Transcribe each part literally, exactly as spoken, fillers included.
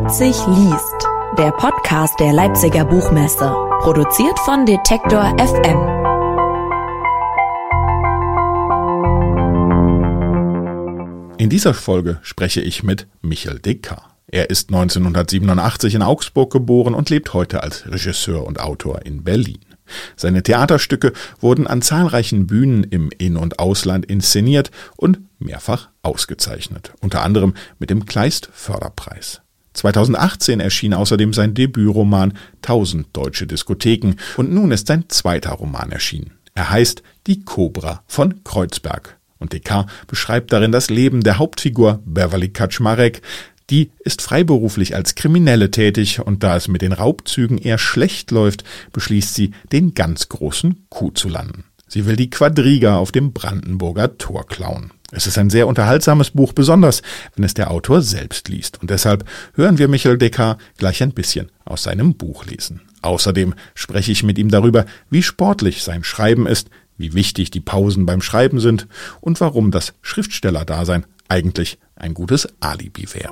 Leipzig liest, der Podcast der Leipziger Buchmesse, produziert von Detektor F M. In dieser Folge spreche ich mit Michel Descartes. Er ist neunzehnhundertsiebenundachtzig in Augsburg geboren und lebt heute als Regisseur und Autor in Berlin. Seine Theaterstücke wurden an zahlreichen Bühnen im In- und Ausland inszeniert und mehrfach ausgezeichnet, unter anderem mit dem Kleist-Förderpreis. zweitausendachtzehn erschien außerdem sein Debütroman Tausend deutsche Diskotheken und nun ist sein zweiter Roman erschienen. Er heißt Die Kobra von Kreuzberg und Descartes beschreibt darin das Leben der Hauptfigur Beverly Kaczmarek. Die ist freiberuflich als Kriminelle tätig und da es mit den Raubzügen eher schlecht läuft, beschließt sie, den ganz großen Coup zu landen. Sie will die Quadriga auf dem Brandenburger Tor klauen. Es ist ein sehr unterhaltsames Buch, besonders wenn es der Autor selbst liest. Und deshalb hören wir Michel Descartes gleich ein bisschen aus seinem Buch lesen. Außerdem spreche ich mit ihm darüber, wie sportlich sein Schreiben ist, wie wichtig die Pausen beim Schreiben sind und warum das Schriftstellerdasein eigentlich ein gutes Alibi wäre.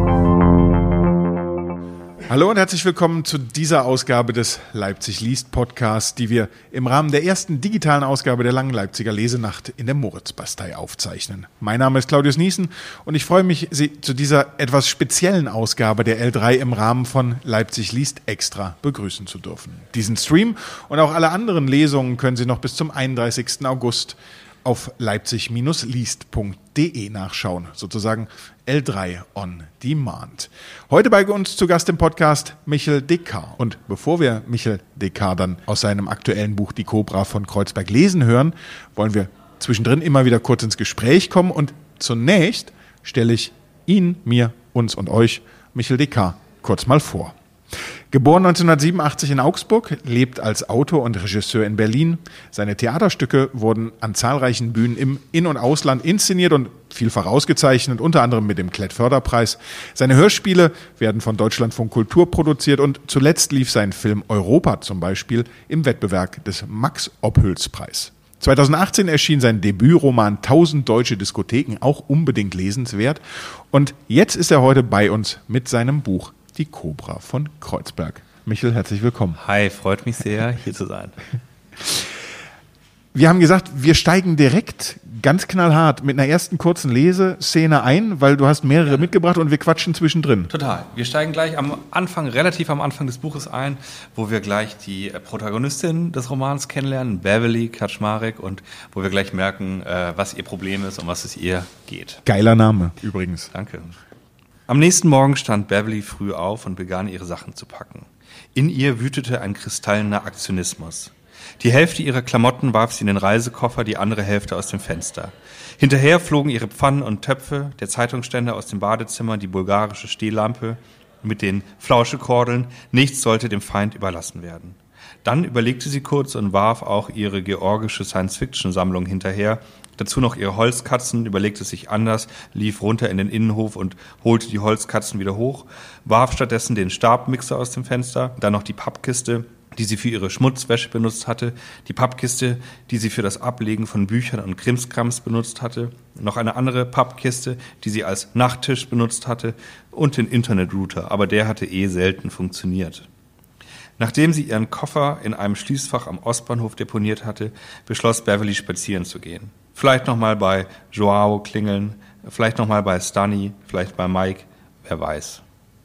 Hallo und herzlich willkommen zu dieser Ausgabe des Leipzig liest Podcasts, die wir im Rahmen der ersten digitalen Ausgabe der Langen Leipziger Lesenacht in der Moritzbastei aufzeichnen. Mein Name ist Claudius Niesen und ich freue mich, Sie zu dieser etwas speziellen Ausgabe der L drei im Rahmen von Leipzig liest extra begrüßen zu dürfen. Diesen Stream und auch alle anderen Lesungen können Sie noch bis zum einunddreißigsten August auf leipzig liest punkt de nachschauen, sozusagen L drei on Demand. Heute bei uns zu Gast im Podcast Michel Descartes. Und bevor wir Michel Descartes dann aus seinem aktuellen Buch Die Kobra von Kreuzberg lesen hören, wollen wir zwischendrin immer wieder kurz ins Gespräch kommen und zunächst stelle ich Ihnen, mir, uns und euch Michel Descartes kurz mal vor. Geboren neunzehnhundertsiebenundachtzig in Augsburg, lebt als Autor und Regisseur in Berlin. Seine Theaterstücke wurden an zahlreichen Bühnen im In- und Ausland inszeniert und vielfach ausgezeichnet, unter anderem mit dem Klett-Förderpreis. Seine Hörspiele werden von Deutschlandfunk Kultur produziert und zuletzt lief sein Film Europa zum Beispiel im Wettbewerb des Max-Ophüls-Preis. zweitausendachtzehn erschien sein Debütroman Tausend deutsche Diskotheken, auch unbedingt lesenswert. Und jetzt ist er heute bei uns mit seinem Buch Die Kobra von Kreuzberg. Michel, herzlich willkommen. Hi, freut mich sehr, hier zu sein. Wir haben gesagt, wir steigen direkt ganz knallhart mit einer ersten kurzen Leseszene ein, weil du hast mehrere ja. mitgebracht und wir quatschen zwischendrin. Total. Wir steigen gleich am Anfang, relativ am Anfang des Buches ein, wo wir gleich die Protagonistin des Romans kennenlernen, Beverly Kaczmarek, und wo wir gleich merken, was ihr Problem ist und was es ihr geht. Geiler Name übrigens. Danke. Am nächsten Morgen stand Beverly früh auf und begann, ihre Sachen zu packen. In ihr wütete ein kristallener Aktionismus. Die Hälfte ihrer Klamotten warf sie in den Reisekoffer, die andere Hälfte aus dem Fenster. Hinterher flogen ihre Pfannen und Töpfe, der Zeitungsständer aus dem Badezimmer, die bulgarische Stehlampe mit den Flauschekordeln. Nichts sollte dem Feind überlassen werden. Dann überlegte sie kurz und warf auch ihre georgische Science-Fiction-Sammlung hinterher. Dazu noch ihre Holzkatzen, überlegte sich anders, lief runter in den Innenhof und holte die Holzkatzen wieder hoch, warf stattdessen den Stabmixer aus dem Fenster, dann noch die Pappkiste, die sie für ihre Schmutzwäsche benutzt hatte, die Pappkiste, die sie für das Ablegen von Büchern und Krimskrams benutzt hatte, noch eine andere Pappkiste, die sie als Nachttisch benutzt hatte und den Internetrouter, aber der hatte eh selten funktioniert. Nachdem sie ihren Koffer in einem Schließfach am Ostbahnhof deponiert hatte, beschloss Beverly, spazieren zu gehen. Vielleicht nochmal bei Joao klingeln, vielleicht nochmal bei Stunny, vielleicht bei Mike, wer weiß.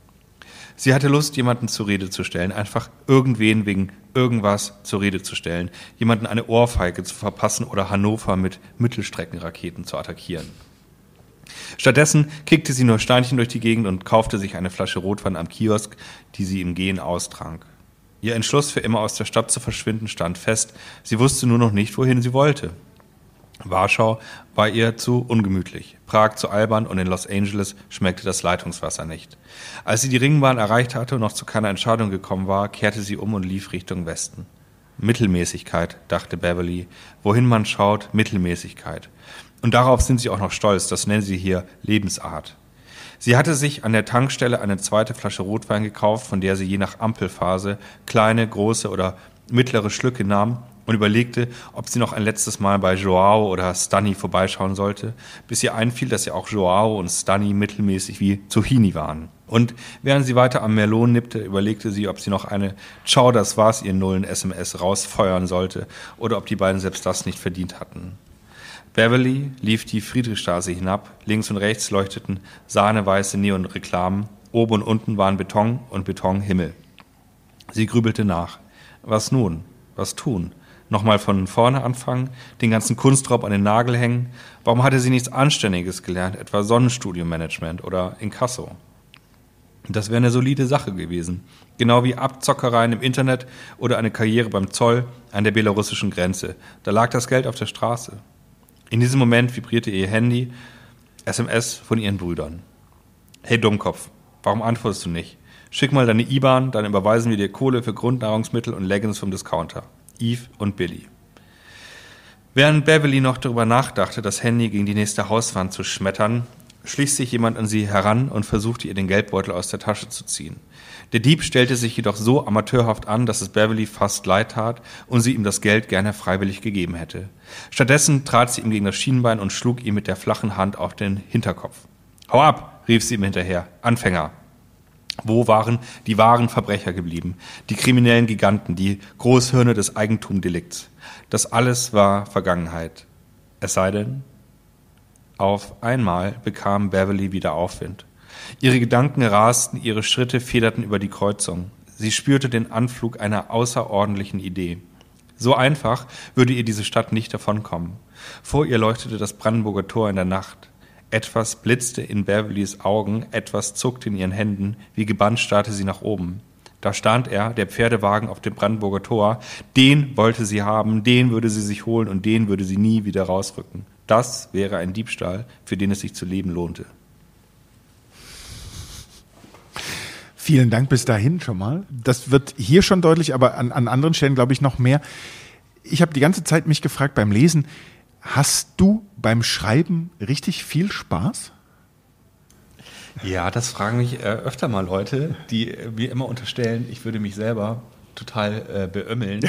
Sie hatte Lust, jemanden zur Rede zu stellen, einfach irgendwen wegen irgendwas zur Rede zu stellen, jemanden eine Ohrfeige zu verpassen oder Hannover mit Mittelstreckenraketen zu attackieren. Stattdessen kickte sie nur Steinchen durch die Gegend und kaufte sich eine Flasche Rotwein am Kiosk, die sie im Gehen austrank. Ihr Entschluss, für immer aus der Stadt zu verschwinden, stand fest. Sie wusste nur noch nicht, wohin sie wollte. Warschau war ihr zu ungemütlich, Prag zu albern und in Los Angeles schmeckte das Leitungswasser nicht. Als sie die Ringbahn erreicht hatte und noch zu keiner Entscheidung gekommen war, kehrte sie um und lief Richtung Westen. Mittelmäßigkeit, dachte Beverly. Wohin man schaut, Mittelmäßigkeit. Und darauf sind sie auch noch stolz, das nennen sie hier Lebensart. Sie hatte sich an der Tankstelle eine zweite Flasche Rotwein gekauft, von der sie je nach Ampelphase kleine, große oder mittlere Schlücke nahm und überlegte, ob sie noch ein letztes Mal bei Joao oder Stunny vorbeischauen sollte, bis ihr einfiel, dass ja auch Joao und Stunny mittelmäßig wie Zucchini waren. Und während sie weiter am Melon nippte, überlegte sie, ob sie noch eine Ciao, das war's, ihr Nullen S M S rausfeuern sollte oder ob die beiden selbst das nicht verdient hatten. Beverly lief die Friedrichstraße hinab, links und rechts leuchteten sahneweiße Neonreklamen, oben und unten waren Beton und Betonhimmel. Sie grübelte nach. Was nun? Was tun? Nochmal von vorne anfangen, den ganzen Kunstraub an den Nagel hängen? Warum hatte sie nichts Anständiges gelernt, etwa Sonnenstudio-Management oder Inkasso? Das wäre eine solide Sache gewesen, genau wie Abzockereien im Internet oder eine Karriere beim Zoll an der belarussischen Grenze. Da lag das Geld auf der Straße. In diesem Moment vibrierte ihr Handy, S M S von ihren Brüdern. Hey Dummkopf, warum antwortest du nicht? Schick mal deine I B A N, dann überweisen wir dir Kohle für Grundnahrungsmittel und Leggings vom Discounter. Eve und Billy. Während Beverly noch darüber nachdachte, das Handy gegen die nächste Hauswand zu schmettern, schlich sich jemand an sie heran und versuchte ihr den Geldbeutel aus der Tasche zu ziehen. Der Dieb stellte sich jedoch so amateurhaft an, dass es Beverly fast leid tat und sie ihm das Geld gerne freiwillig gegeben hätte. Stattdessen trat sie ihm gegen das Schienbein und schlug ihm mit der flachen Hand auf den Hinterkopf. »Hau ab«, rief sie ihm hinterher, »Anfänger!« Wo waren die wahren Verbrecher geblieben? Die kriminellen Giganten, die Großhirne des Eigentumdelikts. Das alles war Vergangenheit. Es sei denn, auf einmal bekam Beverly wieder Aufwind. Ihre Gedanken rasten, ihre Schritte federten über die Kreuzung. Sie spürte den Anflug einer außerordentlichen Idee. So einfach würde ihr diese Stadt nicht davonkommen. Vor ihr leuchtete das Brandenburger Tor in der Nacht. Etwas blitzte in Beverlys Augen, etwas zuckte in ihren Händen, wie gebannt starrte sie nach oben. Da stand er, der Pferdewagen auf dem Brandenburger Tor. Den wollte sie haben, den würde sie sich holen und den würde sie nie wieder rausrücken. Das wäre ein Diebstahl, für den es sich zu leben lohnte. Vielen Dank bis dahin schon mal. Das wird hier schon deutlich, aber an, an anderen Stellen glaube ich noch mehr. Ich habe die ganze Zeit mich gefragt beim Lesen, hast du beim Schreiben richtig viel Spaß? Ja, das fragen mich äh, öfter mal Leute, die äh, mir immer unterstellen, ich würde mich selber total äh, beömmeln.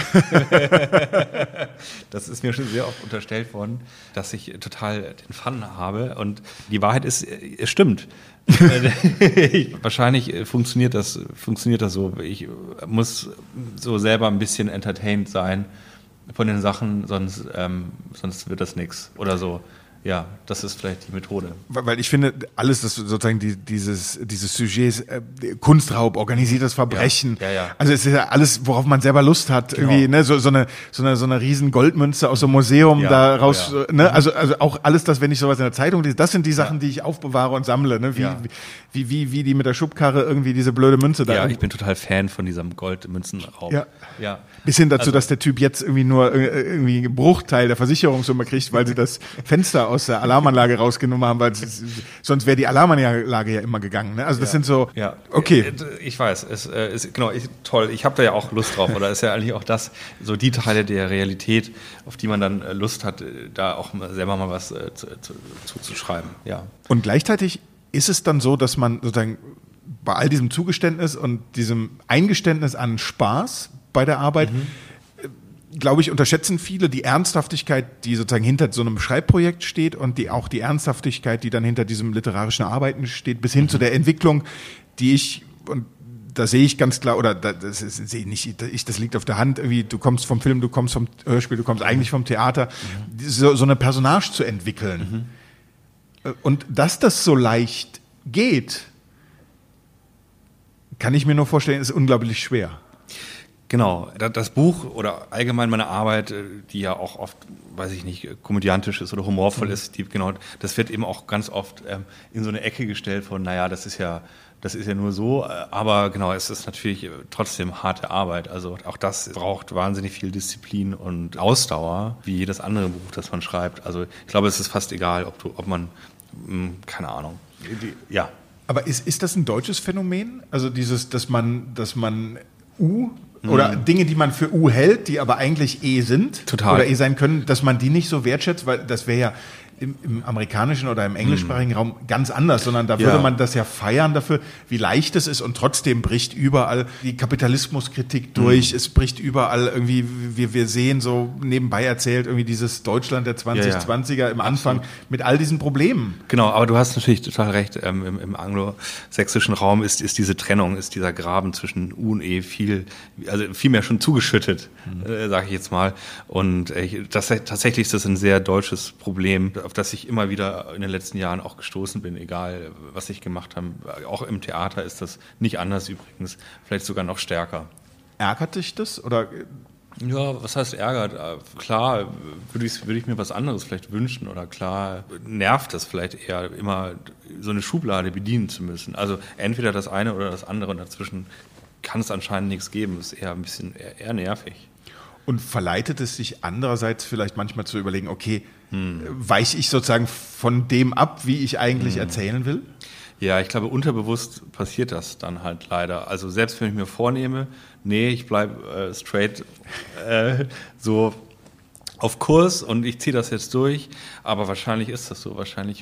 Das ist mir schon sehr oft unterstellt worden, dass ich total den Fun habe. Und die Wahrheit ist, es stimmt. Wahrscheinlich funktioniert das, funktioniert das so. Ich muss so selber ein bisschen entertained sein von den Sachen, sonst, ähm, sonst wird das nichts oder so. Ja, das ist vielleicht die Methode. Weil ich finde, alles, das sozusagen die, dieses, dieses Sujets, äh, Kunstraub, organisiertes Verbrechen, ja, ja, ja. Also es ist ja alles, worauf man selber Lust hat, Genau. irgendwie, ne, so, so eine, so eine, so eine riesen Goldmünze aus so einem Museum Ja, da raus, oh ja. ne, also, also auch alles das, wenn ich sowas in der Zeitung lese, das sind die Sachen, Ja. die ich aufbewahre und sammle, ne, wie, Ja. wie, wie, wie die mit der Schubkarre irgendwie diese blöde Münze da. Ja, ich bin total Fan von diesem Goldmünzenraub. Ja. Ja. Bis hin dazu, Also- dass der Typ jetzt irgendwie nur äh, irgendwie einen Bruchteil der Versicherungssumme kriegt, weil sie das Fenster aus der Alarmanlage rausgenommen haben, weil es, sonst wäre die Alarmanlage ja immer gegangen. Ne? Also das Ja. sind so, Ja, okay. Ich weiß, es äh, ist genau ich, toll. Ich habe da ja auch Lust drauf. Oder ist ja eigentlich auch das, so die Teile der Realität, auf die man dann äh, Lust hat, äh, da auch mal selber mal was äh, zu, zu, zuzuschreiben. Ja. Und gleichzeitig ist es dann so, dass man sozusagen bei all diesem Zugeständnis und diesem Eingeständnis an Spaß bei der Arbeit, mhm. glaube ich, unterschätzen viele die Ernsthaftigkeit, die sozusagen hinter so einem Schreibprojekt steht und die auch die Ernsthaftigkeit, die dann hinter diesem literarischen Arbeiten steht, bis hin mhm. zu der Entwicklung, die ich, und da sehe ich ganz klar, oder das ist, sehe nicht ich, das liegt auf der Hand, irgendwie, du kommst vom Film, du kommst vom Hörspiel, du kommst eigentlich vom Theater, mhm. so, so eine Personage zu entwickeln. Mhm. Und dass das so leicht geht, kann ich mir nur vorstellen, ist unglaublich schwer. Genau, das Buch oder allgemein meine Arbeit, die ja auch oft, weiß ich nicht, komödiantisch ist oder humorvoll mhm. ist, die, genau, das wird eben auch ganz oft ähm, in so eine Ecke gestellt von, naja, das ist ja, das ist ja nur so, aber genau, es ist natürlich trotzdem harte Arbeit. Also auch das braucht wahnsinnig viel Disziplin und Ausdauer, wie jedes andere Buch, das man schreibt. Also ich glaube, es ist fast egal, ob du, ob man, mh, keine Ahnung, die, ja. Aber ist, ist das ein deutsches Phänomen? Also dieses, dass man, dass man U oder mhm. Dinge, die man für U hält, die aber eigentlich E sind Total. oder E sein können, dass man die nicht so wertschätzt, weil das wäre ja im, im amerikanischen oder im englischsprachigen mm. Raum ganz anders, sondern da würde ja. man das ja feiern dafür, wie leicht es ist und trotzdem bricht überall die Kapitalismuskritik durch, mm. es bricht überall irgendwie, wir, wir sehen so nebenbei erzählt irgendwie dieses Deutschland der zwanzig zwanziger ja, ja. im Anfang Absolut. Mit all diesen Problemen. Genau, aber du hast natürlich total recht, ähm, im, im anglosächsischen Raum ist, ist diese Trennung, ist dieser Graben zwischen U und E viel, also viel mehr schon zugeschüttet, mm. äh, sage ich jetzt mal, und äh, das, tatsächlich ist das ein sehr deutsches Problem, auf das ich immer wieder in den letzten Jahren auch gestoßen bin, egal was ich gemacht habe. Auch im Theater ist das nicht anders übrigens, vielleicht sogar noch stärker. Ärgert dich das? Oder? Ja, was heißt ärgert? Klar würde ich, würde ich mir was anderes vielleicht wünschen oder klar nervt das vielleicht eher immer, so eine Schublade bedienen zu müssen. Also entweder das eine oder das andere und dazwischen kann es anscheinend nichts geben. Das ist eher ein bisschen eher, eher nervig. Und verleitet es sich andererseits vielleicht manchmal zu überlegen, okay, hm. weiche ich sozusagen von dem ab, wie ich eigentlich hm. erzählen will? Ja, ich glaube, unterbewusst passiert das dann halt leider. Also selbst wenn ich mir vornehme, nee, ich bleibe äh, straight äh, so auf Kurs und ich ziehe das jetzt durch, aber wahrscheinlich ist das so, wahrscheinlich,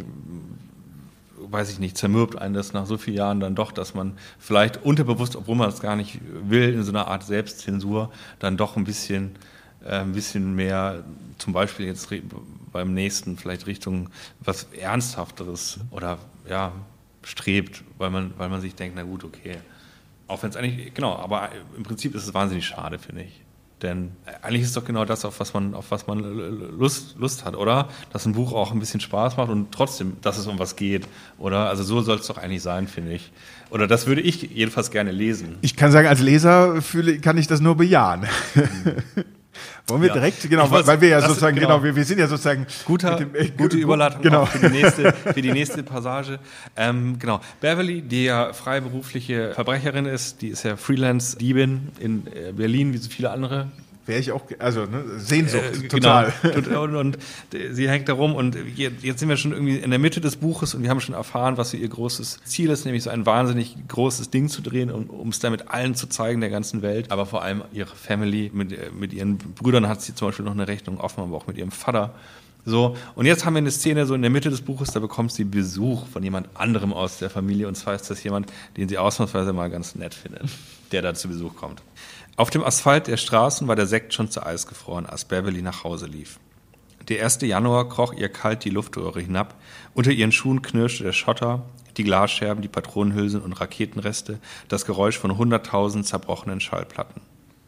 weiß ich nicht, zermürbt einen das nach so vielen Jahren dann doch, dass man vielleicht unterbewusst, obwohl man es gar nicht will, in so einer Art Selbstzensur dann doch ein bisschen, äh, ein bisschen mehr, zum Beispiel jetzt beim nächsten vielleicht Richtung was Ernsthafteres oder ja, strebt, weil man, weil man sich denkt, na gut, okay. Auch wenn es eigentlich, genau, aber im Prinzip ist es wahnsinnig schade, finde ich. Denn eigentlich ist es doch genau das, auf was man, auf was man Lust, Lust hat, oder? Dass ein Buch auch ein bisschen Spaß macht und trotzdem, dass es um was geht, oder? Also so soll es doch eigentlich sein, finde ich. Oder das würde ich jedenfalls gerne lesen. Ich kann sagen, als Leser fühle, kann ich das nur bejahen. Mhm. Wollen wir ja. direkt, genau, weil, weil wir ja sozusagen, genau, genau wir, wir sind ja sozusagen... Guter, mit dem, äh, gute Überleitung genau. auch für die nächste, für die nächste Passage. Ähm, genau, Beverly, die ja freiberufliche Verbrecherin ist, die ist ja Freelance-Diebin in Berlin, wie so viele andere. Wäre ich auch, also ne, Sehnsucht, äh, total. Genau. Und, und, und sie hängt da rum und jetzt sind wir schon irgendwie in der Mitte des Buches und wir haben schon erfahren, was so ihr großes Ziel ist, nämlich so ein wahnsinnig großes Ding zu drehen, um, um es damit allen zu zeigen, der ganzen Welt. Aber vor allem ihre Family, mit, mit ihren Brüdern hat sie zum Beispiel noch eine Rechnung offen, aber auch mit ihrem Vater. So, und jetzt haben wir eine Szene so in der Mitte des Buches, da bekommt sie Besuch von jemand anderem aus der Familie und zwar ist das jemand, den sie ausnahmsweise mal ganz nett findet, der da zu Besuch kommt. Auf dem Asphalt der Straßen war der Sekt schon zu Eis gefroren, als Beverly nach Hause lief. Der erste Januar kroch ihr kalt die Luftröhre hinab, unter ihren Schuhen knirschte der Schotter, die Glasscherben, die Patronenhülsen und Raketenreste, das Geräusch von hunderttausend zerbrochenen Schallplatten.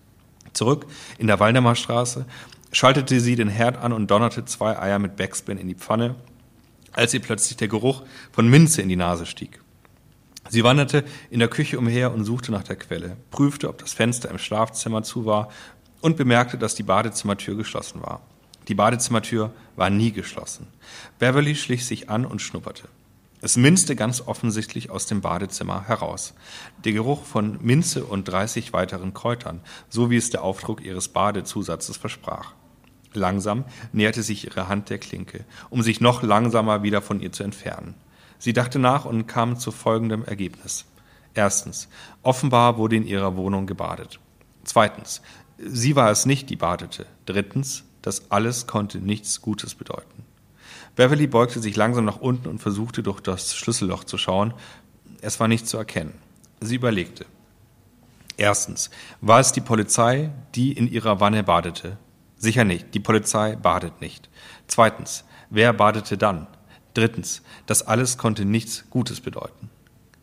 Zurück in der Waldemer Straße schaltete sie den Herd an und donnerte zwei Eier mit Backspin in die Pfanne, als ihr plötzlich der Geruch von Minze in die Nase stieg. Sie wanderte in der Küche umher und suchte nach der Quelle, prüfte, ob das Fenster im Schlafzimmer zu war und bemerkte, dass die Badezimmertür geschlossen war. Die Badezimmertür war nie geschlossen. Beverly schlich sich an und schnupperte. Es minzte ganz offensichtlich aus dem Badezimmer heraus. Der Geruch von Minze und dreißig weiteren Kräutern, so wie es der Aufdruck ihres Badezusatzes versprach. Langsam näherte sich ihre Hand der Klinke, um sich noch langsamer wieder von ihr zu entfernen. Sie dachte nach und kam zu folgendem Ergebnis. Erstens, offenbar wurde in ihrer Wohnung gebadet. Zweitens, sie war es nicht, die badete. Drittens, das alles konnte nichts Gutes bedeuten. Beverly beugte sich langsam nach unten und versuchte, durch das Schlüsselloch zu schauen. Es war nichts zu erkennen. Sie überlegte. Erstens, war es die Polizei, die in ihrer Wanne badete? Sicher nicht, die Polizei badet nicht. Zweitens, wer badete dann? Drittens, das alles konnte nichts Gutes bedeuten.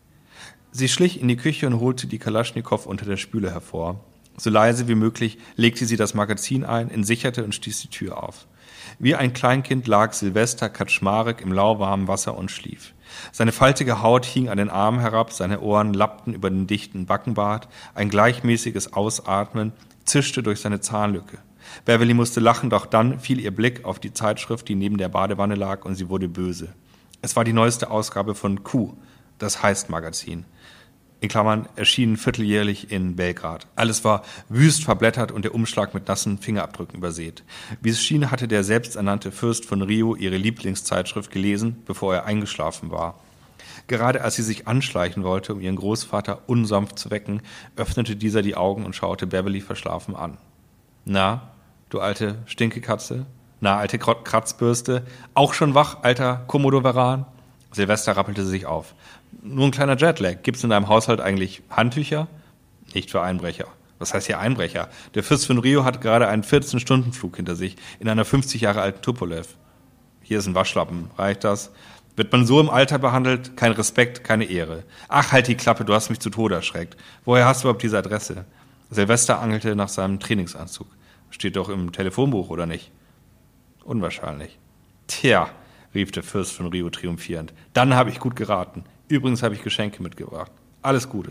Sie schlich in die Küche und holte die Kalaschnikow unter der Spüle hervor. So leise wie möglich legte sie das Magazin ein, entsicherte und stieß die Tür auf. Wie ein Kleinkind lag Silvester Kaczmarek im lauwarmen Wasser und schlief. Seine faltige Haut hing an den Armen herab, seine Ohren lappten über den dichten Backenbart, ein gleichmäßiges Ausatmen zischte durch seine Zahnlücke. Beverly musste lachen, doch dann fiel ihr Blick auf die Zeitschrift, die neben der Badewanne lag, und sie wurde böse. Es war die neueste Ausgabe von Q, das Heist-Magazin. In Klammern, erschienen vierteljährlich in Belgrad. Alles war wüst verblättert und der Umschlag mit nassen Fingerabdrücken übersät. Wie es schien, hatte der selbsternannte Fürst von Rio ihre Lieblingszeitschrift gelesen, bevor er eingeschlafen war. Gerade als sie sich anschleichen wollte, um ihren Großvater unsanft zu wecken, öffnete dieser die Augen und schaute Beverly verschlafen an. »Na, du alte Stinkekatze, Na, alte Kratzbürste. Auch schon wach, alter Komodo-Varan? Silvester rappelte sich auf. Nur ein kleiner Jetlag. Gibt's in deinem Haushalt eigentlich Handtücher? Nicht für Einbrecher. Was heißt hier Einbrecher? Der Fürst von Rio hat gerade einen vierzehn-Stunden-Flug hinter sich in einer fünfzig Jahre alten Tupolev. Hier ist ein Waschlappen. Reicht das? Wird man so im Alter behandelt? Kein Respekt, keine Ehre. Ach, halt die Klappe, du hast mich zu Tode erschreckt. Woher hast du überhaupt diese Adresse? Silvester angelte nach seinem Trainingsanzug. Steht doch im Telefonbuch, oder nicht? Unwahrscheinlich. Tja, rief der Fürst von Rio triumphierend. Dann habe ich gut geraten. Übrigens habe ich Geschenke mitgebracht. Alles Gute.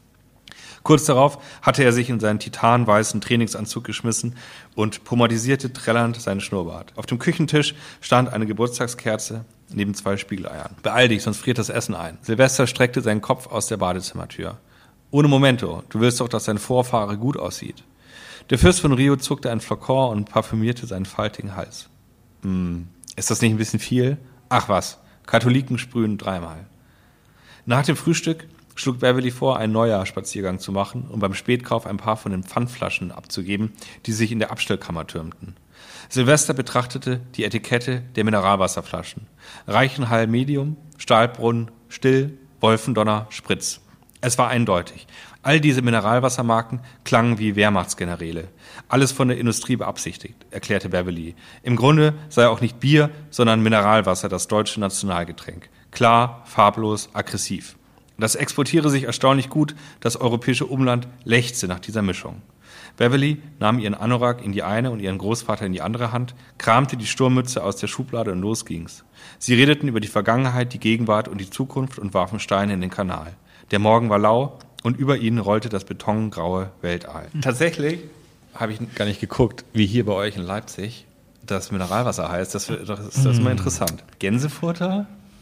Kurz darauf hatte er sich in seinen titanweißen Trainingsanzug geschmissen und pomadisierte trällernd seinen Schnurrbart. Auf dem Küchentisch stand eine Geburtstagskerze neben zwei Spiegeleiern. Beeil dich, sonst friert das Essen ein. Silvester streckte seinen Kopf aus der Badezimmertür. Ohne Momento, du willst doch, dass dein Vorfahre gut aussieht. Der Fürst von Rio zuckte ein Flakon und parfümierte seinen faltigen Hals. Hm, ist das nicht ein bisschen viel? Ach was, Katholiken sprühen dreimal. Nach dem Frühstück schlug Beverly vor, einen Neujahrspaziergang zu machen und beim Spätkauf ein paar von den Pfandflaschen abzugeben, die sich in der Abstellkammer türmten. Silvester betrachtete die Etikette der Mineralwasserflaschen. Reichenhall Medium, Stahlbrunn, Still, Wolfendonner, Spritz. Es war eindeutig. All diese Mineralwassermarken klangen wie Wehrmachtsgeneräle. Alles von der Industrie beabsichtigt, erklärte Beverly. Im Grunde sei auch nicht Bier, sondern Mineralwasser das deutsche Nationalgetränk. Klar, farblos, aggressiv. Das exportiere sich erstaunlich gut, das europäische Umland lechzte nach dieser Mischung. Beverly nahm ihren Anorak in die eine und ihren Großvater in die andere Hand, kramte die Sturmmütze aus der Schublade und los ging's. Sie redeten über die Vergangenheit, die Gegenwart und die Zukunft und warfen Steine in den Kanal. Der Morgen war lau und über ihnen rollte das betongraue Weltall. Tatsächlich habe ich gar nicht geguckt, wie hier bei euch in Leipzig das Mineralwasser heißt. Das, das, ist, das ist mal interessant. Gänsefurter?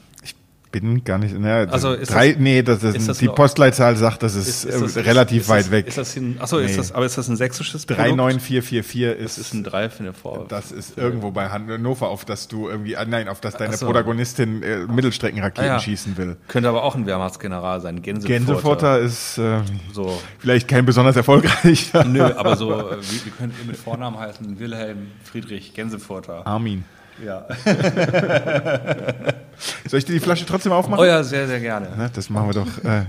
Bin gar nicht. Ne, also ist drei, das, nee, das ist, ist das die Postleitzahl sagt, das ist, ist, ist das, relativ ist das, weit weg. Ist das ein, achso, nee. ist das, aber ist das ein sächsisches Produkt? drei neun vier vier vier ist. Das ist ein drei für eine Vor. Das ist irgendwo bei Hannover, auf das du irgendwie, nein, auf das deine so. Protagonistin äh, Mittelstreckenraketen ah, ja. schießen will. Könnte aber auch ein Wehrmachtsgeneral sein. Gänsefurter. Gänsefurter ist äh, so. vielleicht kein besonders erfolgreicher. Nö, aber so, äh, wie, wie könnt ihr mit Vornamen heißen? Wilhelm Friedrich Gänsefurter. Armin. Ja. Soll ich dir die Flasche trotzdem aufmachen? Oh ja, sehr, sehr gerne. Na, das machen wir doch. Äh.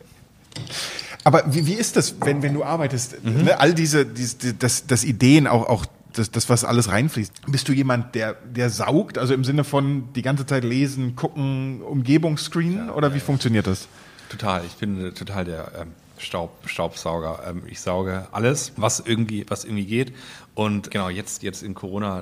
Aber wie, wie ist das, wenn, wenn du arbeitest? Mhm. Ne, all diese, diese das, das Ideen, auch, auch das, das, was alles reinfließt. Bist du jemand, der, der saugt? Also im Sinne von die ganze Zeit lesen, gucken, Umgebungsscreen? Ja, oder wie ja, funktioniert das? Total. Ich bin total der ähm, Staub, Staubsauger. Ähm, ich sauge alles, was irgendwie, was irgendwie geht. Und genau, jetzt, jetzt in Corona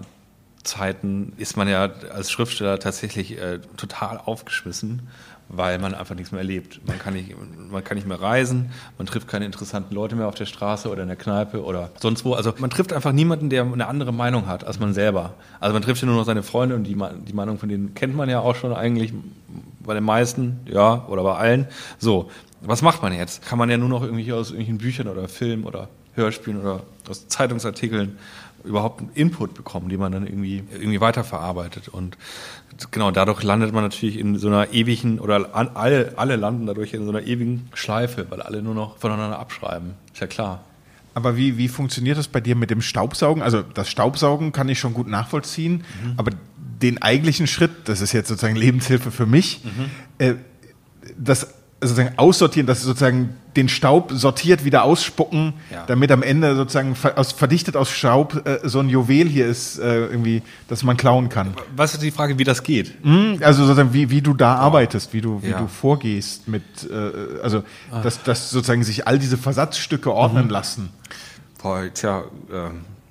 Zeiten ist man ja als Schriftsteller tatsächlich äh, total aufgeschmissen, weil man einfach nichts mehr erlebt. Man kann nicht, man kann nicht mehr reisen, man trifft keine interessanten Leute mehr auf der Straße oder in der Kneipe oder sonst wo. Also man trifft einfach niemanden, der eine andere Meinung hat als man selber. Also man trifft ja nur noch seine Freunde und die, die Meinung von denen kennt man ja auch schon eigentlich bei den meisten, ja, oder bei allen. So, was macht man jetzt? Kann man ja nur noch irgendwie aus irgendwelchen Büchern oder Filmen oder Hörspielen oder aus Zeitungsartikeln überhaupt einen Input bekommen, die man dann irgendwie, irgendwie weiterverarbeitet. Und genau, dadurch landet man natürlich in so einer ewigen, oder an, alle, alle landen dadurch in so einer ewigen Schleife, weil alle nur noch voneinander abschreiben. Ist ja klar. Aber wie, wie funktioniert das bei dir mit dem Staubsaugen? Also das Staubsaugen kann ich schon gut nachvollziehen, mhm. aber den eigentlichen Schritt, das ist jetzt sozusagen Lebenshilfe für mich, mhm. äh, das sozusagen aussortieren, dass sozusagen den Staub sortiert wieder ausspucken, ja. damit am Ende sozusagen aus, verdichtet aus Staub äh, so ein Juwel hier ist, äh, irgendwie, dass man klauen kann. Was ist die Frage, wie das geht? Mhm, also sozusagen, wie, wie du da oh. arbeitest, wie du, wie ja. du vorgehst mit, äh, also ah. dass, dass sozusagen sich all diese Versatzstücke ordnen mhm. lassen. Boah, tja, äh,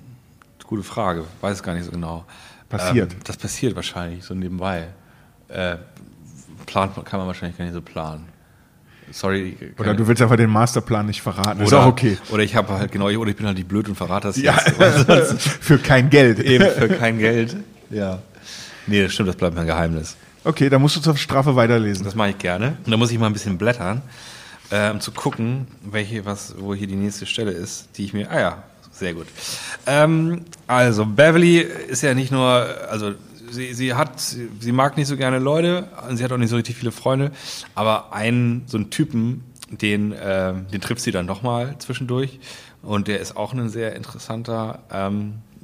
gute Frage, weiß gar nicht so genau. Passiert. Ähm, das passiert wahrscheinlich so nebenbei. Äh, plant kann man wahrscheinlich gar nicht so planen. Sorry. Oder du willst einfach den Masterplan nicht verraten. Oder, ist auch okay. Oder ich habe halt genau, oder ich bin halt nicht blöd und verrate das ja. jetzt. Für kein Geld. Eben, für kein Geld. Ja. Nee, das stimmt, das bleibt mein Geheimnis. Okay, dann musst du zur Strafe weiterlesen. Das mache ich gerne. Und dann muss ich mal ein bisschen blättern, äh, um zu gucken, welche, was, wo hier die nächste Stelle ist, die ich mir, ah ja, sehr gut. Ähm, also, Beverly ist ja nicht nur, also, Sie, sie hat, sie, sie mag nicht so gerne Leute, sie hat auch nicht so richtig viele Freunde, aber einen, so einen Typen, den, äh, den trifft sie dann nochmal zwischendurch und der ist auch ein sehr interessanter ähm,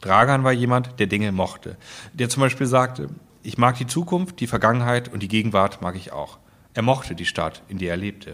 Dragan war jemand, der Dinge mochte. Der zum Beispiel sagte, ich mag die Zukunft, die Vergangenheit und die Gegenwart mag ich auch. Er mochte die Stadt, in der er lebte.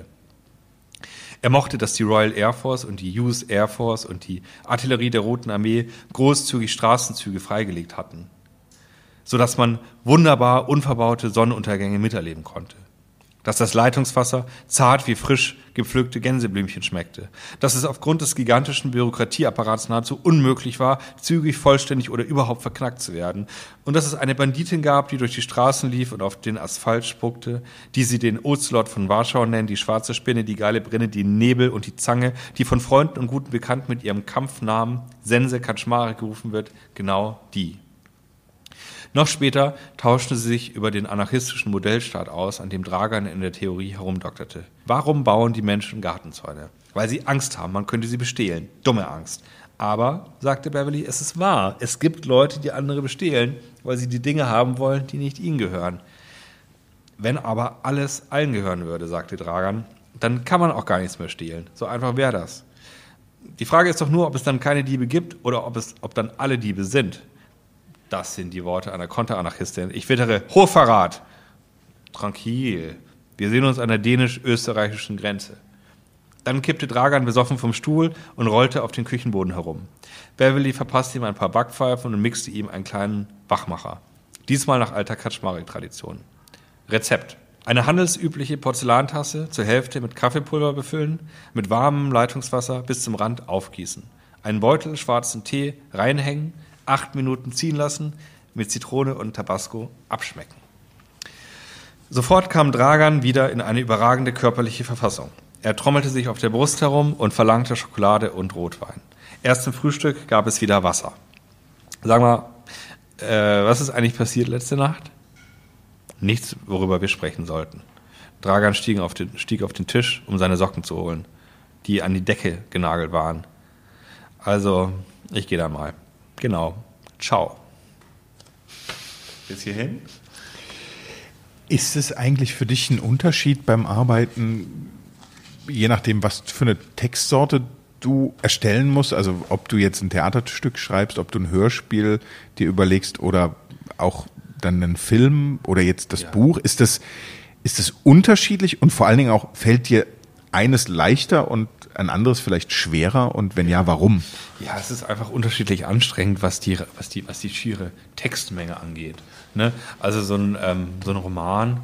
Er mochte, dass die Royal Air Force und die U S Air Force und die Artillerie der Roten Armee großzügig Straßenzüge freigelegt hatten, sodass man wunderbar unverbaute Sonnenuntergänge miterleben konnte. Dass das Leitungswasser zart wie frisch gepflückte Gänseblümchen schmeckte. Dass es aufgrund des gigantischen Bürokratieapparats nahezu unmöglich war, zügig, vollständig oder überhaupt verknackt zu werden. Und dass es eine Banditin gab, die durch die Straßen lief und auf den Asphalt spuckte, die sie den Ocelot von Warschau nennen, die schwarze Spinne, die geile Brinne, die Nebel und die Zange, die von Freunden und guten Bekannten mit ihrem Kampfnamen Sense Kaczmarek gerufen wird, genau die. Noch später tauschte sie sich über den anarchistischen Modellstaat aus, an dem Dragan in der Theorie herumdokterte. Warum bauen die Menschen Gartenzäune? Weil sie Angst haben, man könnte sie bestehlen. Dumme Angst. Aber, sagte Beverly, es ist wahr. Es gibt Leute, die andere bestehlen, weil sie die Dinge haben wollen, die nicht ihnen gehören. Wenn aber alles allen gehören würde, sagte Dragan, dann kann man auch gar nichts mehr stehlen. So einfach wäre das. Die Frage ist doch nur, ob es dann keine Diebe gibt oder ob, es, ob dann alle Diebe sind. Das sind die Worte einer Konteranarchistin. Ich wittere Hochverrat. Tranquil. Wir sehen uns an der dänisch-österreichischen Grenze. Dann kippte Dragan besoffen vom Stuhl und rollte auf den Küchenboden herum. Beverly verpasste ihm ein paar Backpfeifen und mixte ihm einen kleinen Wachmacher. Diesmal nach alter Kaczmarek-Tradition. Rezept. Eine handelsübliche Porzellantasse zur Hälfte mit Kaffeepulver befüllen, mit warmem Leitungswasser bis zum Rand aufgießen. Einen Beutel schwarzen Tee reinhängen, acht Minuten ziehen lassen, mit Zitrone und Tabasco abschmecken. Sofort kam Dragan wieder in eine überragende körperliche Verfassung. Er trommelte sich auf der Brust herum und verlangte Schokolade und Rotwein. Erst zum Frühstück gab es wieder Wasser. Sag mal, äh, was ist eigentlich passiert letzte Nacht? Nichts, worüber wir sprechen sollten. Dragan stieg auf den, stieg auf den Tisch, um seine Socken zu holen, die an die Decke genagelt waren. Also, ich gehe da mal. Genau. Ciao. Bis hierhin? Ist es eigentlich für dich ein Unterschied beim Arbeiten, je nachdem, was für eine Textsorte du erstellen musst? Also ob du jetzt ein Theaterstück schreibst, ob du ein Hörspiel dir überlegst oder auch dann einen Film oder jetzt das ja. Buch. Ist das, ist das unterschiedlich und vor allen Dingen auch, fällt dir eines leichter und ein anderes vielleicht schwerer und wenn ja, warum? Ja, es ist einfach unterschiedlich anstrengend, was die, was die, was die schiere Textmenge angeht. Ne? Also so ein, ähm, so ein Roman,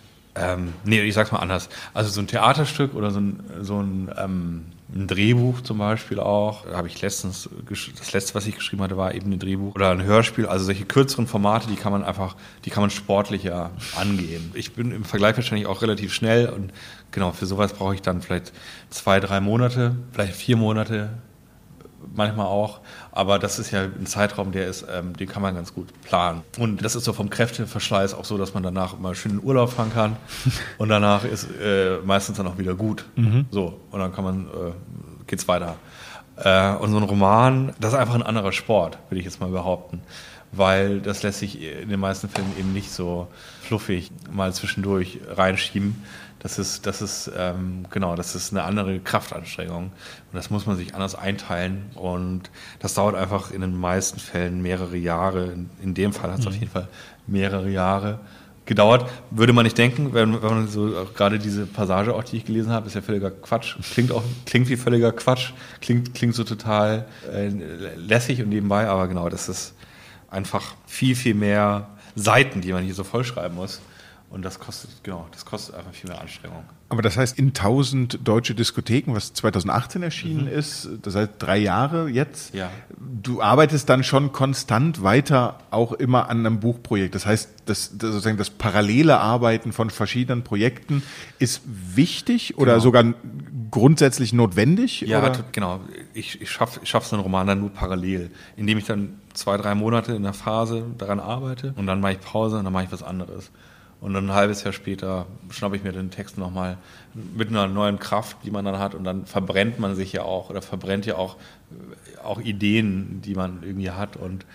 ähm, nee, ich sag's mal anders. Also so ein Theaterstück oder so ein, so ein, ähm, ein Drehbuch zum Beispiel auch, da habe ich letztens, das letzte, was ich geschrieben hatte, war eben ein Drehbuch oder ein Hörspiel, also solche kürzeren Formate, die kann man einfach, die kann man sportlicher angehen. Ich bin im Vergleich wahrscheinlich auch relativ schnell und genau, für sowas brauche ich dann vielleicht zwei, drei Monate, vielleicht vier Monate, manchmal auch, aber das ist ja ein Zeitraum, der ist, ähm, den kann man ganz gut planen. Und das ist so vom Kräfteverschleiß auch so, dass man danach mal schön in Urlaub fahren kann und danach ist äh, meistens dann auch wieder gut. Mhm. So, und dann kann man, äh, geht's weiter. Äh, und so ein Roman, das ist einfach ein anderer Sport, würde ich jetzt mal behaupten, weil das lässt sich in den meisten Fällen eben nicht so fluffig mal zwischendurch reinschieben. Das ist, das ist, ähm, genau, das ist eine andere Kraftanstrengung. Und das muss man sich anders einteilen. Und das dauert einfach in den meisten Fällen mehrere Jahre. In, in dem Fall hat es mhm. auf jeden Fall mehrere Jahre gedauert. Würde man nicht denken, wenn, wenn man so gerade diese Passage auch, die ich gelesen habe, ist ja völliger Quatsch. Klingt auch, klingt wie völliger Quatsch. Klingt, klingt so total äh, lässig und nebenbei. Aber genau, das ist einfach viel, viel mehr Seiten, die man hier so vollschreiben muss. Und das kostet, genau, das kostet einfach viel mehr Anstrengung. Aber das heißt, in tausend deutsche Diskotheken, was zweitausendachtzehn erschienen mhm. ist, das heißt drei Jahre jetzt, ja. Du arbeitest dann schon konstant weiter auch immer an einem Buchprojekt. Das heißt, das, das, sozusagen das parallele Arbeiten von verschiedenen Projekten ist wichtig oder genau. sogar grundsätzlich notwendig? Ja, oder? Genau. Ich, ich schaffe ich schaff so einen Roman dann nur parallel, indem ich dann zwei, drei Monate in der Phase daran arbeite und dann mache ich Pause und dann mache ich was anderes. Und dann ein halbes Jahr später schnappe ich mir den Text nochmal mit einer neuen Kraft, die man dann hat. Und dann verbrennt man sich ja auch oder verbrennt ja auch, auch Ideen, die man irgendwie hat. Und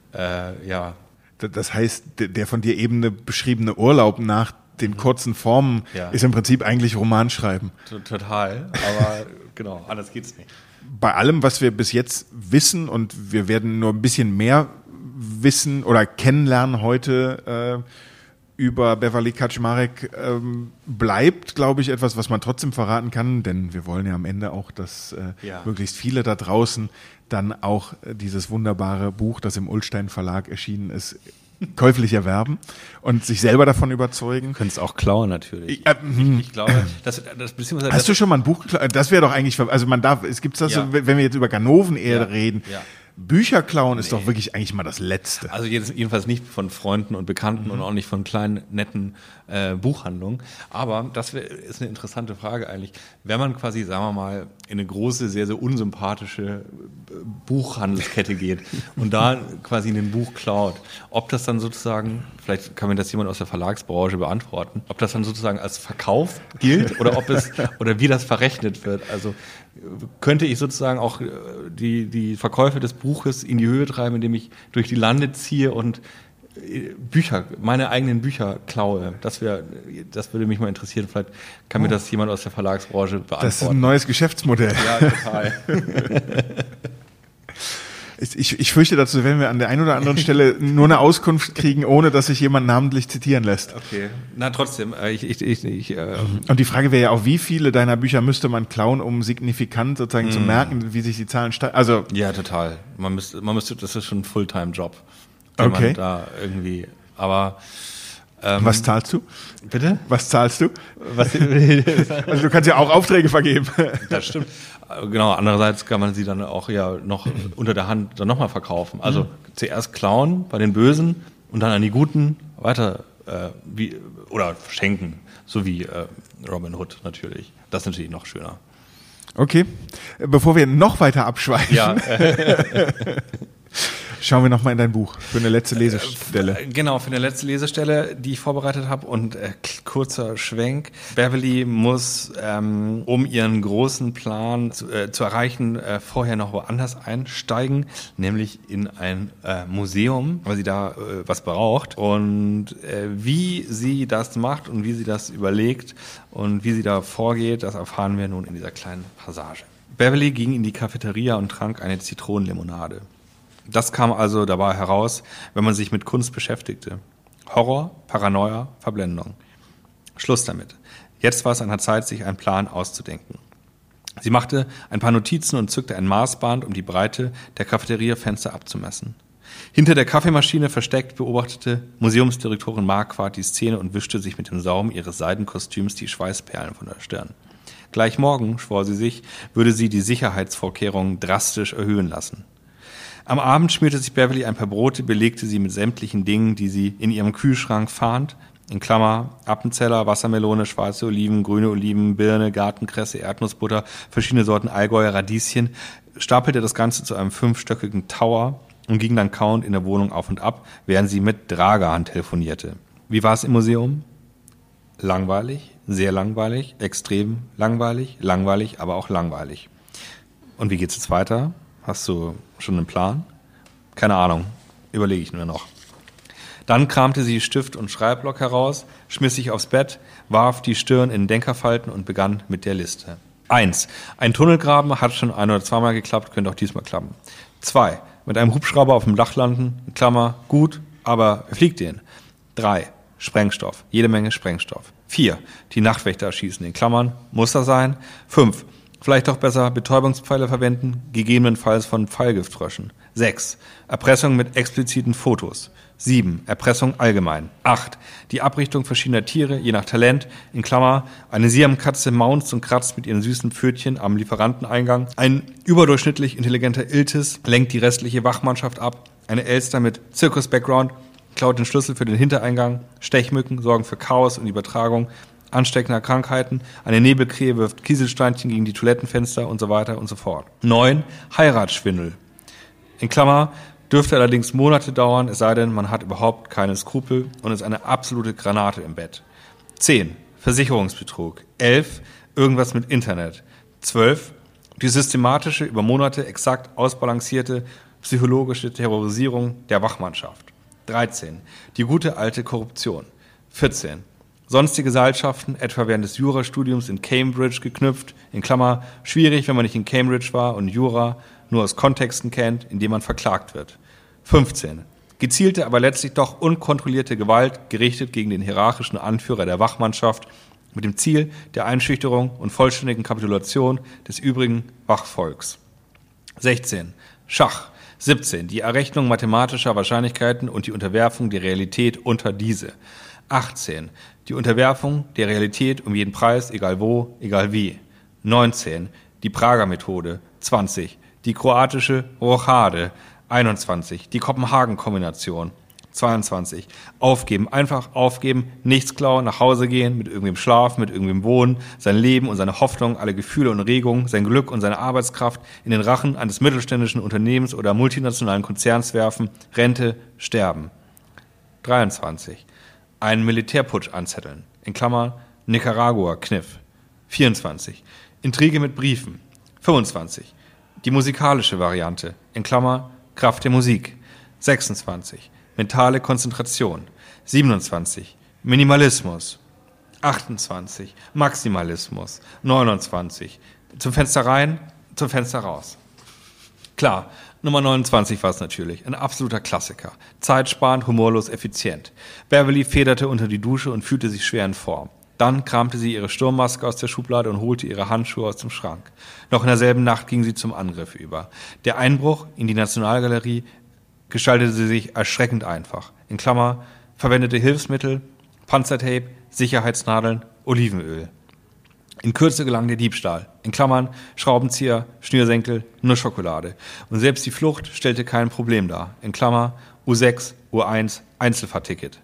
äh, ja. Das heißt, der von dir eben beschriebene Urlaub nach den kurzen Formen ja. ist im Prinzip eigentlich Romanschreiben. Total, aber genau, anders geht's nicht. bei allem, was wir bis jetzt wissen, und wir werden nur ein bisschen mehr wissen oder kennenlernen heute äh, über Beverly Kaczmarek, ähm, bleibt, glaube ich, etwas, was man trotzdem verraten kann, denn wir wollen ja am Ende auch, dass äh, ja. möglichst viele da draußen dann auch äh, dieses wunderbare Buch, das im Ullstein Verlag erschienen ist, käuflich erwerben und sich selber davon überzeugen. Du könntest auch klauen natürlich. Ich, äh, ich, ich glaube, das, das beziehungsweise hast du schon mal ein Buch geklaut? Das wäre doch eigentlich, also man darf, es gibt das, ja. so, wenn wir jetzt über Ganoven-Erde ja. reden. Ja. Bücher klauen nee. ist doch wirklich eigentlich mal das Letzte. Also jedenfalls nicht von Freunden und Bekannten mhm. und auch nicht von kleinen, netten äh, Buchhandlungen. Aber das wär, ist eine interessante Frage eigentlich. Wenn man quasi, sagen wir mal, in eine große, sehr, sehr unsympathische Buchhandelskette geht und da quasi ein Buch klaut, ob das dann sozusagen, vielleicht kann mir das jemand aus der Verlagsbranche beantworten, ob das dann sozusagen als Verkauf gilt oder ob es oder wie das verrechnet wird. Also könnte ich sozusagen auch die, die Verkäufe des Buches in die Höhe treiben, indem ich durch die Lande ziehe und Bücher, meine eigenen Bücher klaue. Das wäre, das würde mich mal interessieren. Vielleicht kann oh. mir das jemand aus der Verlagsbranche beantworten. Das ist ein neues Geschäftsmodell. Ja, total. Ich, ich fürchte, dazu werden wir an der einen oder anderen Stelle nur eine Auskunft kriegen, ohne dass sich jemand namentlich zitieren lässt. Okay, na trotzdem. Ich, ich, ich, ich, äh Und die Frage wäre ja auch, wie viele deiner Bücher müsste man klauen, um signifikant sozusagen mm. zu merken, wie sich die Zahlen steigen? Also ja, total. Man müsste, man müsste, das ist schon ein Fulltime-Job, den okay. man da irgendwie. Aber ähm, was zahlst du? Bitte? Was zahlst du? Was, also du kannst ja auch Aufträge vergeben. Das stimmt. Genau, andererseits kann man sie dann auch ja noch unter der Hand dann nochmal verkaufen. Also mhm. zuerst klauen bei den Bösen und dann an die Guten weiter äh, wie, oder verschenken, so wie äh, Robin Hood natürlich. Das ist natürlich noch schöner. Okay, bevor wir noch weiter abschweifen, ja. schauen wir nochmal in dein Buch für eine letzte Lesestelle. Genau, für eine letzte Lesestelle, die ich vorbereitet habe. Und äh, kurzer Schwenk. Beverly muss, ähm, um ihren großen Plan zu, äh, zu erreichen, äh, vorher noch woanders einsteigen, nämlich in ein äh, Museum, weil sie da äh, was braucht. Und äh, wie sie das macht und wie sie das überlegt und wie sie da vorgeht, das erfahren wir nun in dieser kleinen Passage. Beverly ging in die Cafeteria und trank eine Zitronenlimonade. Das kam also dabei heraus, wenn man sich mit Kunst beschäftigte. Horror, Paranoia, Verblendung. Schluss damit. Jetzt war es an der Zeit, sich einen Plan auszudenken. Sie machte ein paar Notizen und zückte ein Maßband, um die Breite der Cafeteriafenster abzumessen. Hinter der Kaffeemaschine versteckt beobachtete Museumsdirektorin Marquardt die Szene und wischte sich mit dem Saum ihres Seidenkostüms die Schweißperlen von der Stirn. Gleich morgen, schwor sie sich, würde sie die Sicherheitsvorkehrungen drastisch erhöhen lassen. Am Abend schmierte sich Beverly ein paar Brote, belegte sie mit sämtlichen Dingen, die sie in ihrem Kühlschrank fand, in Klammer Appenzeller, Wassermelone, schwarze Oliven, grüne Oliven, Birne, Gartenkresse, Erdnussbutter, verschiedene Sorten Allgäuer, Radieschen, stapelte das Ganze zu einem fünfstöckigen Tower und ging dann kauend in der Wohnung auf und ab, während sie mit Dragan telefonierte. Wie war es im Museum? Langweilig, sehr langweilig, extrem langweilig, langweilig, aber auch langweilig. Und wie geht's jetzt weiter? Hast du schon einen Plan? Keine Ahnung, überlege ich mir noch. Dann kramte sie Stift und Schreibblock heraus, schmiss sich aufs Bett, warf die Stirn in Denkerfalten und begann mit der Liste. Eins. Ein Tunnelgraben hat schon ein- oder zweimal geklappt, könnte auch diesmal klappen. Zwei. Mit einem Hubschrauber auf dem Dach landen, in Klammer, gut, aber wer fliegt den? Drei. Sprengstoff, jede Menge Sprengstoff. Vier. Die Nachtwächter erschießen, in Klammern, muss das sein. Fünf. Vielleicht auch besser Betäubungspfeile verwenden, gegebenenfalls von Pfeilgiftfröschen. Sechs. Erpressung mit expliziten Fotos. Sieben. Erpressung allgemein. Acht. Die Abrichtung verschiedener Tiere, je nach Talent, in Klammer, eine Siamkatze maunzt und kratzt mit ihren süßen Pfötchen am Lieferanteneingang. Ein überdurchschnittlich intelligenter Iltis lenkt die restliche Wachmannschaft ab. Eine Elster mit Zirkus-Background klaut den Schlüssel für den Hintereingang. Stechmücken sorgen für Chaos und Übertragung ansteckender Krankheiten, eine Nebelkrähe wirft Kieselsteinchen gegen die Toilettenfenster und so weiter und so fort. Neun. Heiratsschwindel. In Klammer, dürfte allerdings Monate dauern, es sei denn, man hat überhaupt keine Skrupel und ist eine absolute Granate im Bett. Zehn. Versicherungsbetrug. Elf. Irgendwas mit Internet. Zwölf. Die systematische, über Monate exakt ausbalancierte psychologische Terrorisierung der Wachmannschaft. Dreizehn. Die gute alte Korruption. Vierzehn. Sonstige Seilschaften, etwa während des Jurastudiums in Cambridge geknüpft, in Klammer, schwierig, wenn man nicht in Cambridge war und Jura nur aus Kontexten kennt, in denen man verklagt wird. fünfzehn. Gezielte, aber letztlich doch unkontrollierte Gewalt, gerichtet gegen den hierarchischen Anführer der Wachmannschaft, mit dem Ziel der Einschüchterung und vollständigen Kapitulation des übrigen Wachvolks. sechzehn. Schach. siebzehn. Die Errechnung mathematischer Wahrscheinlichkeiten und die Unterwerfung der Realität unter diese. achtzehn. Die Unterwerfung der Realität um jeden Preis, egal wo, egal wie. neunzehn. Die Prager Methode. zwanzig. Die kroatische Rochade. einundzwanzig. Die Kopenhagen-Kombination. zweiundzwanzig. Aufgeben, einfach aufgeben, nichts klauen, nach Hause gehen, mit irgendwem schlafen, mit irgendwem wohnen, sein Leben und seine Hoffnung, alle Gefühle und Regungen, sein Glück und seine Arbeitskraft in den Rachen eines mittelständischen Unternehmens oder multinationalen Konzerns werfen, Rente, sterben. dreiundzwanzig. Einen Militärputsch anzetteln, in Klammern Nicaragua-Kniff. vierundzwanzig. Intrige mit Briefen. fünfundzwanzig. Die musikalische Variante, in Klammern Kraft der Musik. sechsundzwanzig. Mentale Konzentration. siebenundzwanzig. Minimalismus. achtundzwanzig. Maximalismus. neunundzwanzig. Zum Fenster rein, zum Fenster raus. Klar, Nummer neunundzwanzig war es natürlich. Ein absoluter Klassiker. Zeitsparend, humorlos, effizient. Beverly federte unter die Dusche und fühlte sich schwer in Form. Dann kramte sie ihre Sturmmaske aus der Schublade und holte ihre Handschuhe aus dem Schrank. Noch in derselben Nacht ging sie zum Angriff über. Der Einbruch in die Nationalgalerie gestaltete sie sich erschreckend einfach. In Klammer, verwendete Hilfsmittel, Panzertape, Sicherheitsnadeln, Olivenöl. In Kürze gelang der Diebstahl. In Klammern, Schraubenzieher, Schnürsenkel, nur Schokolade. Und selbst die Flucht stellte kein Problem dar. In Klammer, U sechs, U eins, Einzelfahrticket.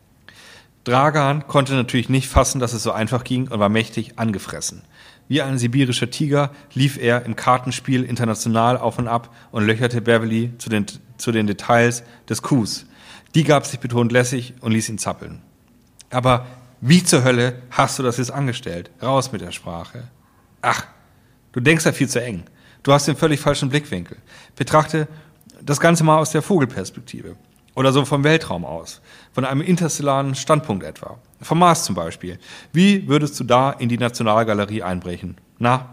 Dragan konnte natürlich nicht fassen, dass es so einfach ging und war mächtig angefressen. Wie ein sibirischer Tiger lief er im Kartenspiel international auf und ab und löcherte Beverly zu den, zu den Details des Coups. Die gab sich betont lässig und ließ ihn zappeln. Aber wie zur Hölle hast du das jetzt angestellt? Raus mit der Sprache. Ach, du denkst ja viel zu eng. Du hast den völlig falschen Blickwinkel. Betrachte das Ganze mal aus der Vogelperspektive. Oder so vom Weltraum aus. Von einem interstellaren Standpunkt etwa. Vom Mars zum Beispiel. Wie würdest du da in die Nationalgalerie einbrechen? Na?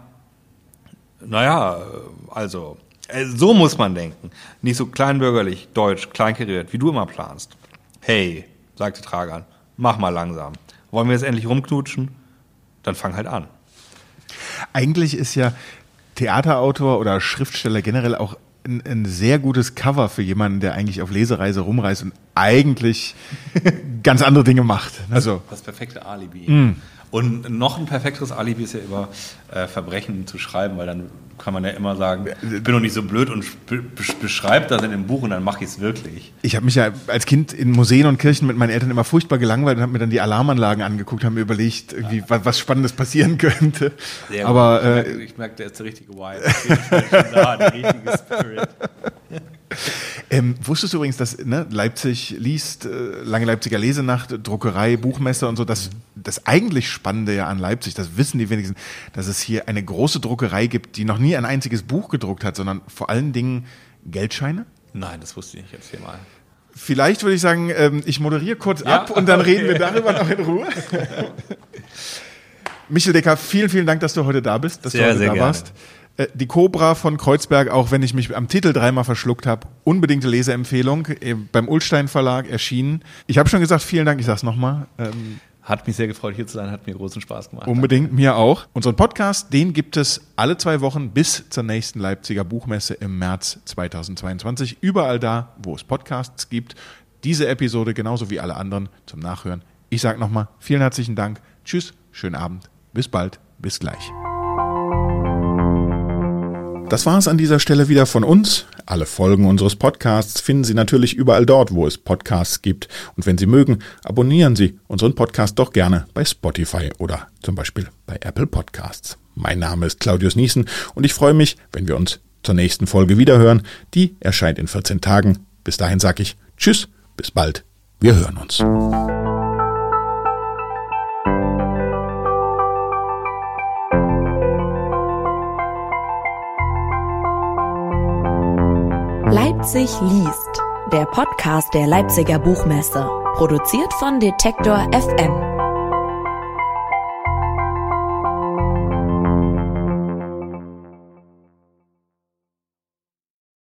Naja, also, so muss man denken. Nicht so kleinbürgerlich, deutsch, kleinkariert, wie du immer planst. Hey, sagte Dragan, mach mal langsam. Wollen wir jetzt endlich rumknutschen? Dann fang halt an. Eigentlich ist ja Theaterautor oder Schriftsteller generell auch ein, ein sehr gutes Cover für jemanden, der eigentlich auf Lesereise rumreist und eigentlich ganz andere Dinge macht. Also das perfekte Alibi. Mm. Und noch ein perfekteres Alibi ist ja über äh, Verbrechen zu schreiben, weil dann kann man ja immer sagen, ich bin doch nicht so blöd und be- beschreibe das in dem Buch und dann mache ich es wirklich. Ich habe mich ja als Kind in Museen und Kirchen mit meinen Eltern immer furchtbar gelangweilt und habe mir dann die Alarmanlagen angeguckt, habe mir überlegt, irgendwie, ja. was Spannendes passieren könnte. Sehr Aber gut. Ich, äh, ich merke, der ist der richtige Vibe. Schon da, der richtige Spirit. Ähm, wusstest du übrigens, dass ne, Leipzig liest, äh, Lange Leipziger Lesenacht, Druckerei, Buchmesse und so, das, das eigentlich Spannende ja an Leipzig, das wissen die wenigsten, dass es hier eine große Druckerei gibt, die noch nie ein einziges Buch gedruckt hat, sondern vor allen Dingen Geldscheine? Nein, das wusste ich nicht, erzähl mal. Vielleicht würde ich sagen, ähm, ich moderiere kurz ja? ab und dann okay. reden wir darüber noch in Ruhe. Michel Decker, vielen, vielen Dank, dass du heute da bist, dass sehr, du heute sehr da gerne. warst. Die Cobra von Kreuzberg, auch wenn ich mich am Titel dreimal verschluckt habe, unbedingte Leseempfehlung, beim Ullstein Verlag erschienen. Ich habe schon gesagt, vielen Dank, ich sage es nochmal. Ähm, hat mich sehr gefreut, hier zu sein, hat mir großen Spaß gemacht. Unbedingt, mir auch. Unseren Podcast, den gibt es alle zwei Wochen bis zur nächsten Leipziger Buchmesse im März zweitausendzweiundzwanzig. Überall da, wo es Podcasts gibt. Diese Episode genauso wie alle anderen zum Nachhören. Ich sage nochmal, vielen herzlichen Dank. Tschüss, schönen Abend, bis bald, bis gleich. Das war es an dieser Stelle wieder von uns. Alle Folgen unseres Podcasts finden Sie natürlich überall dort, wo es Podcasts gibt. Und wenn Sie mögen, abonnieren Sie unseren Podcast doch gerne bei Spotify oder zum Beispiel bei Apple Podcasts. Mein Name ist Claudius Niesen und ich freue mich, wenn wir uns zur nächsten Folge wiederhören. Die erscheint in vierzehn Tagen. Bis dahin sage ich Tschüss, bis bald, wir hören uns. Leipzig liest, der Podcast der Leipziger Buchmesse, produziert von Detektor F M.